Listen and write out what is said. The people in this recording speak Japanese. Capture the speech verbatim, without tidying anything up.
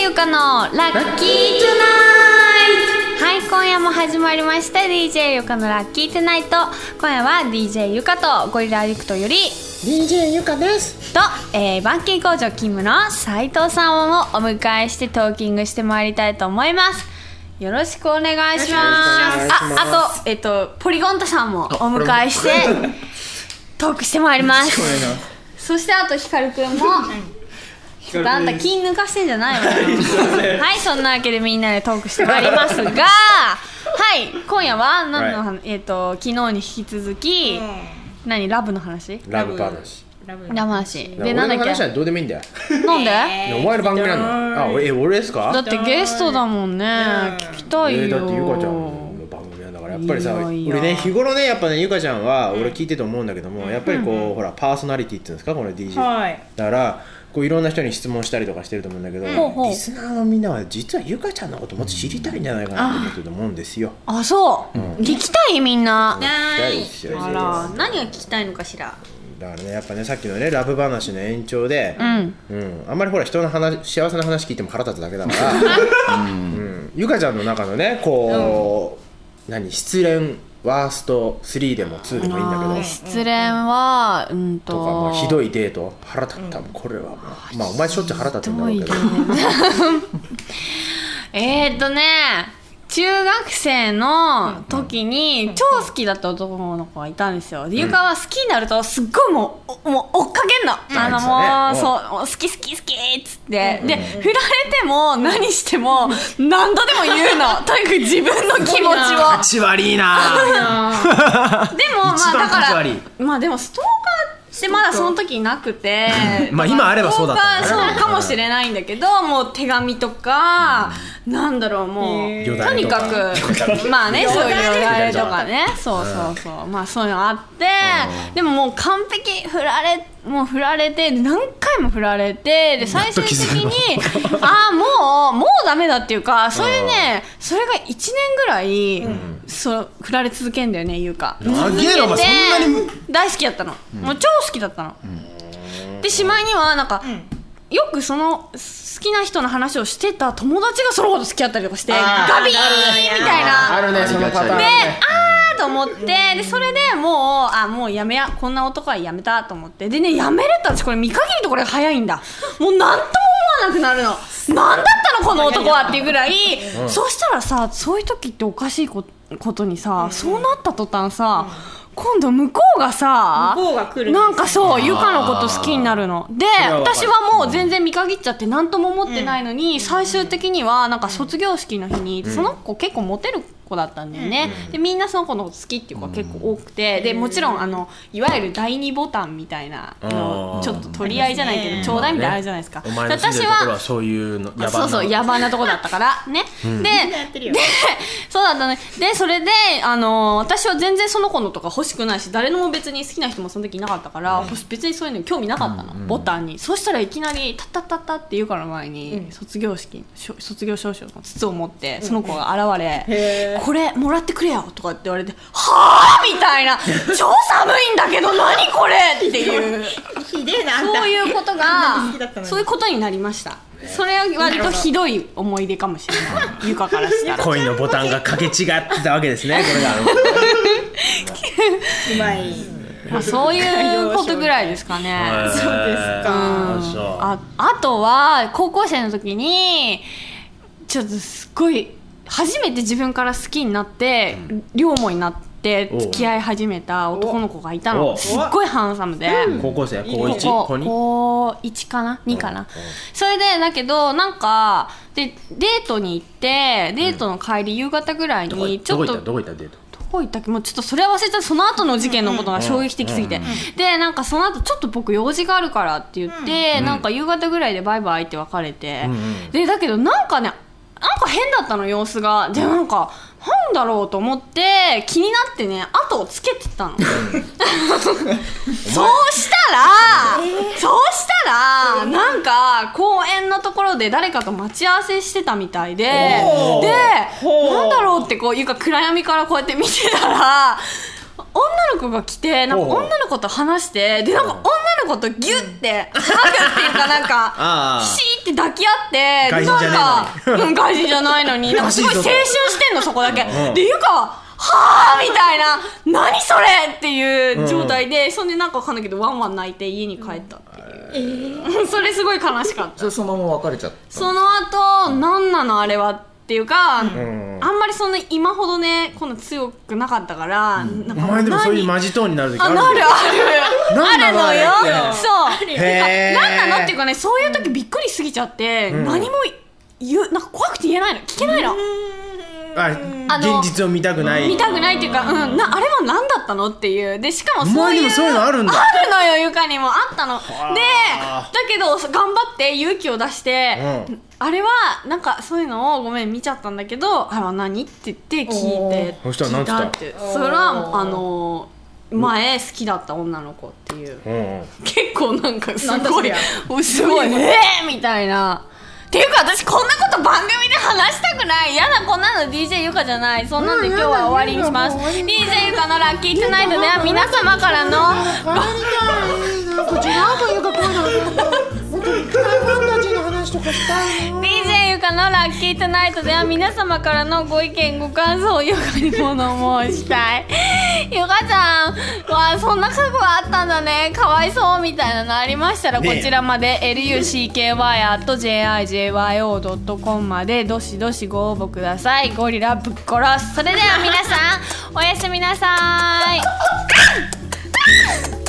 ェーゆかのラッキートゥナイト。はい、今夜も始まりました ディージェー ゆかのラッキートゥナイト。今夜は ディージェー ゆかとゴリラリクトよりディージェー ゆかですと、えー、板金工場勤務の斉藤さんをお迎えしてトーキングしてまいりたいと思います。よろしくお願いします。あ、あと、えっと、ポリゴンタさんもお迎えしてトークしてまいります。そしてあとヒカルくんもちょっとあんた気抜かしてんじゃないわよはい、そんなわけでみんなでトークしてまいりますがはい、今夜は何の話、えっと、昨日に引き続き、うん、何、ラブの話、 ラブ話ラブ話で、なんだっけ、俺の話はどうでもいいんだよ。 なんで、 えー、お前の番組なの。あ、俺、え、俺ですか。 だってゲストだもんね、聞きたいよ。 えー、だってゆかちゃんの番組なんだから、やっぱりさ、いやいや俺ね、日頃ね、やっぱね、ゆかちゃんは俺聞いてて思うんだけども、うん、やっぱりこう、うん、ほらパーソナリティっていうんですか、この ディージェー、はい、だからこういろんな人に質問したりとかしてると思うんだけど、うん、リスナーのみんなは実はゆかちゃんのこともっと知りたいんじゃないかなと思ってると思うんですよ。 あ、そう、うん、聞きたいみんな。 聞きたいですよ。 あら、何が聞きたいのかしら。 だからね、やっぱね、さっきのねラブ話の延長で、うんうん、あんまりほら人の話、幸せな話聞いても腹立つだけだから、うんうん、ゆかちゃんの中のねこう、うん、何、失恋ワーストスリーでもツーでもいいんだけど、 失恋はうんととか、まあ、ひどいデート、腹立った、うん、これはもう、まあお前しょっちゅう腹立つんだろうけどえーっとね、中学生の時に超好きだった男の子がいたんですよ。で、ゆかは好きになるとすっごいもう、もう追っかけんの、うん、あのもう、そう好き好き好きっつって、うん、で、振られても何しても何度でも言うのとにかく自分の気持ちを。 勝ち悪いなでもまあだからまあでもストーカーってまだその時なくてまあ今あればそうだったね。 そうかもしれないんだけど、もう手紙とか、うん、なんだろう、もうとにかくまあね、そういうよだれとかね、そうそうそう、まあそういうのあって、でももう完璧振られもう振られて、何回も振られて、で最終的にああもうもうダメだっていうか、それね、それがいちねんぐらい、うん、そう振られ続けんだよね、ゆうか。 長えな、お前そんなに大好きだったの、うん、もう超好きだったの、うん、でしまいにはなんか、うん、よくその好きな人の話をしてた友達がそのこと付き合ったりとかして、ガビーンみたいな、 あるね、そのパターンで、あーと思って、でそれでもうあもうやめやこんな男はやめたと思って、でね、やめるって私これ見限りとこれが早いんだ、もう何とも思わなくなるの、何だったのこの男はっていうぐらい、うん、そうしたらさ、そういう時っておかしいこ と, ことにさ、うん、そうなった途端さ、うん、今度向こうがさ、向こうが来るんですよ、なんかそう、ゆかのこと好きになるので、私はもう全然見限っちゃって何とも思ってないのに、うん、最終的にはなんか卒業式の日に、うん、その子結構モテる子だったんだよね、うん、でみんなその子のこと好きっていう子が結構多くて、うん、でもちろんあのいわゆる第二ボタンみたいなのちょっと取り合いじゃないけど、ちょうだいみたいなあれじゃないですか、 お前の住んでるところはそういうの野蛮な、 そうそう、野蛮なとこだったからね、うん、で, でそうだったね。でそれであの私は全然その子のとか欲しくないし、誰のも別に好きな人もその時いなかったから、うん、別にそういうの興味なかったの、うん、ボタンに。そしたらいきなりタッタッタッタって言うから前に、うん、卒業式卒業証書の筒を持ってその子が現れ、うん、これもらってくれよとかって言われて、はぁみたいな、超寒いんだけど何これっていうひでえな、そういうことがそういうことになりました。それは割とひどい思い出かもしれない、ゆかからしたら。 恋のボタンがかけ違ってたわけですね、これがうまい、まあ、そういうことぐらいですかねそうですか、うん、あ, あとは高校生の時にちょっとすっごい初めて自分から好きになって、うん、両思いになって付き合い始めた男の子がいたの。すっごいハンサムで、 うん、高校生高いち高に高いちかなにかな、それでだけどなんかでデートに行って、デートの帰り、うん、夕方ぐらいにちょっとどこ行ったデートどこ行ったっけ、もうちょっとそれは忘れちゃった。その後の事件のことが衝撃的すぎて、うんうん、でなんかその後ちょっと僕用事があるからって言って、うん、なんか夕方ぐらいでバイバイって別れて、うん、でだけどなんかね、なんか変だったの様子が。でなんかなんだろうと思って気になってね、後をつけてたのそうしたら、そうしたらなんか公園のところで誰かと待ち合わせしてたみたいで、でなんだろうってこういうか暗闇からこうやって見てたら女の子が来て、なんか女の子と話して、でなんか女の子とギュッてハグっていうかなんかシーっって抱き合って外人じゃねえのになんか、うん、外人じゃないのになんかすごい青春してんのそこだけ、 うん、 でゆかははぁみたいな何それっていう状態で、うん、そんでなんかわかんないけどワンワン泣いて家に帰ったっていう、えー、それすごい悲しかった。 それそのまま別れちゃった。 その後、うん、何なのあれはっていうか、うん、あんまりそんな今ほどねこんな強くなかったから、うん、 なんかお前でもそういうマジトーンになる時ある。 あなるあるあるのよ。そうへー何なのっていうかね、そういう時びっくりしすぎちゃって、うん、何も言うなんか怖くて言えないの、聞けないの。 あ現実を見たくない見たくないっていうか、うん、なあれは何だったのっていうで、しかもそういうお前にもそういうのあるんだ。 あるのよ、ゆかにもあったので、だけど頑張って勇気を出して、うん、あれはなんかそういうのをごめん見ちゃったんだけど、あれは何って言って聞いて、 そしたら何て言ったってそれはあの前好きだった女の子っていう、うんうん、結構なんかすごいすごいえーみたいな。っていうか私こんなこと番組で話したくない。やだこんなの ディージェー ゆかじゃない。そんなんで今日は終わりにします。 ディージェー ゆかのラッキートゥナイトでは皆様からのこちらというかこういうの本当にファンたちの話とかしたいの。 ディージェー ゆかのラッキートゥナイトでは皆様からのご意見ご感想をゆかに物申したい。ゆかちゃんはそんな過去があったんだね、かわいそうみたいなのありましたら、こちらまで エルユーシーケーワイ アット ジェイアイジェイワイオー ドットコム までどしどしご応募ください。ゴリラぶっ殺す。それでは皆さんおやすみなさい。